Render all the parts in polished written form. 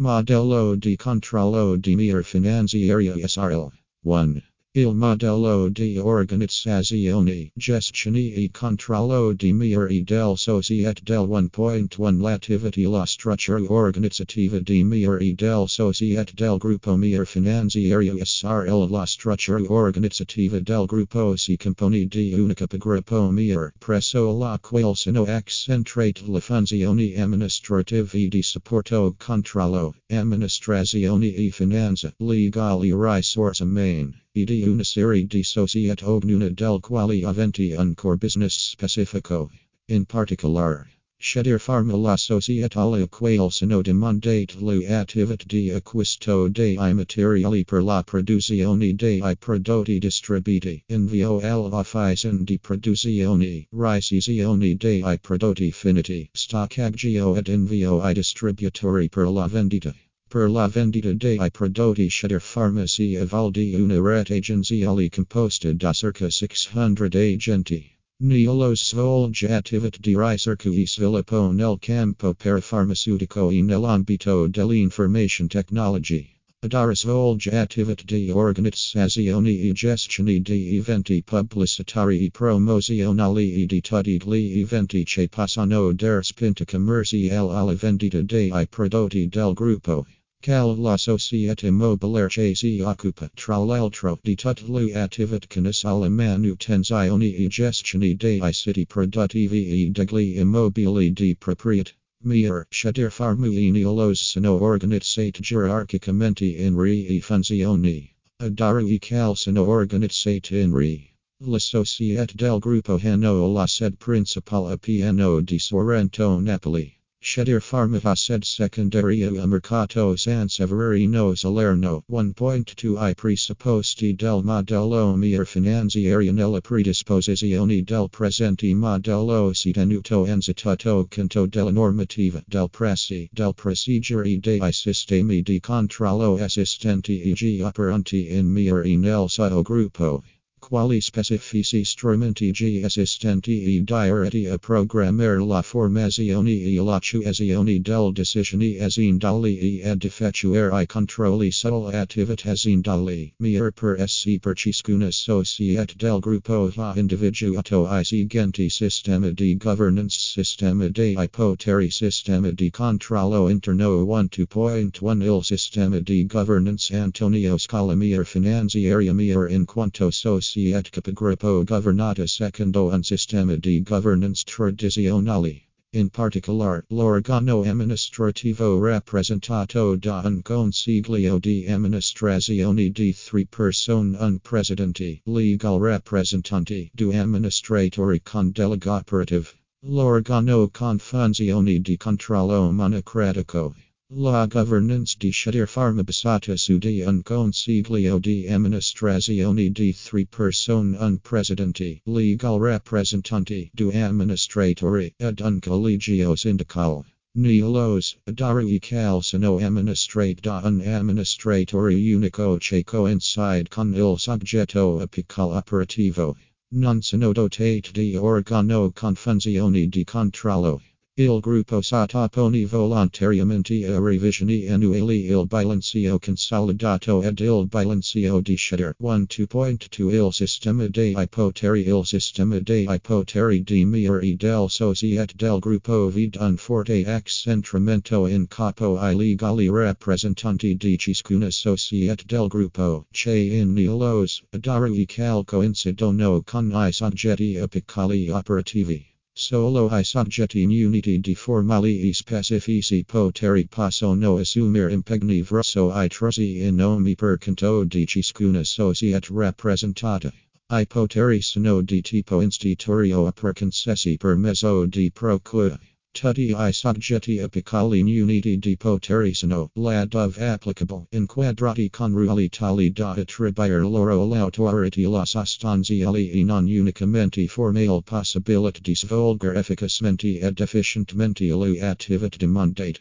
Modello di controllo di mia finanziaria SRL 1. Il modello di organizzazione, gestione e controllo di mia e del societe del 1.1 L'attività la struttura organizzativa di mia e del societe del gruppo mia finanziaria SRL La struttura organizzativa del gruppo si compone di una capogruppo mia presso la quale sono accentrate le funzioni amministrative di supporto controllo, amministrazione e finanza, legali risorse umane. Di una serie di societe ognuna del quali aventi un core business specifico. In particolare, Schedir Pharma la società alla quale sono demandate le attività di acquisto dei materiali per la produzione dei prodotti distribuiti, invio all'officina di produzione, realizzazione dei prodotti finiti, stoccaggio ed invio ai distributori per la vendita. Per la vendita dei prodotti Schedir Pharma si avvalde di una rete agenziale composta da circa 600 agenti. Nello svolge attività di ricerca e sviluppo nel campo parafarmaceutico e nell'ambito dell'information technology. Adara svolge attività di organizzazione e gestione di eventi pubblicitari e promozionali e di tutti gli eventi che possono dar spinta commerciale alla vendita dei prodotti del gruppo. La società immobiliare che si occupa, tra l'altro, di tutte le attività connesse alla manutenzione e gestione dei siti produttivi e degli immobili di proprietà. Mia, Schedir Pharma e Nelos sono organizzate gerarchicamente in re e funzioni. Adara e cal sono organizzate in re. La società del gruppo hanno la sede principale a Piano di Sorrento, Napoli. Schedir Pharma ha sede secondaria a Mercato San Severino Salerno. 1.2 I presupposti del modello mia finanziaria nella predisposizione del presente modello si tenuto anzitutto conto della normativa, del prezzi, del procedure dei sistemi di controllo esistenti e operanti in mia e nel suo gruppo. Quali specifici strumenti esistenti e diretti a programmare la formazione e l'attuazione delle decisioni aziendali e ad effettuare I controlli sulle attività aziendali. Mia per essi per ciascuna società del gruppo va individuato I seguenti sistema di governance, sistema dei poteri, sistema di controllo interno 1.2.1 Il sistema di governance Antonio Scala mia finanziaria mia in quanto società capogruppo governata secondo un sistema di governance tradizionale. In particolare, l'organo amministrativo rappresentato da un consiglio di amministrazione di 3 persone, un presidente, legal rappresentante, 2 amministratori con delega operative. L'organo con funzioni di controllo monocratico. La governance di Schedir Pharma basata su di un consiglio di amministrazione di 3 persone, un presidente, legal rappresentante, 2 amministratori, ed un collegio sindacale. Nelos, adara e cal sono amministrate da un amministratore unico che coincide con il soggetto apicale operativo. Non sono dotate di organo con funzioni di controllo. Il gruppo sottopone volontariamente a revisioni annuali il bilancio consolidato ed il bilancio di Schedir. 1.2.2 Il sistema dei poteri Il sistema dei poteri di mia e del societe del gruppo vede un forte accentramento in capo ai legali rappresentanti di ciascuna societe del gruppo, che in Nelos, adara e cal coincidono con I soggetti apicali operativi. Solo I soggetti muniti di formali e specifici poteri possono assumere impegni verso I truzzi in nome per conto di ciascuna societe rappresentata. I poteri sono di tipo istitutorio per concessi per mezzo di procura. Tutti I soggetti apicali muniti di poteri sono, laddove applicable, inquadrati con ruoli tali da attribuire loro l'autorità la sostanziale e non unicamente formale possibilità di svolgere efficacemente ed efficientemente le attività demandate.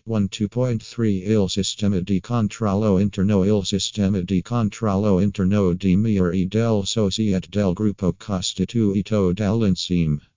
1.2.3 Il sistema di controllo interno Il sistema di controllo interno di mia e del societe del gruppo costituito dall'insieme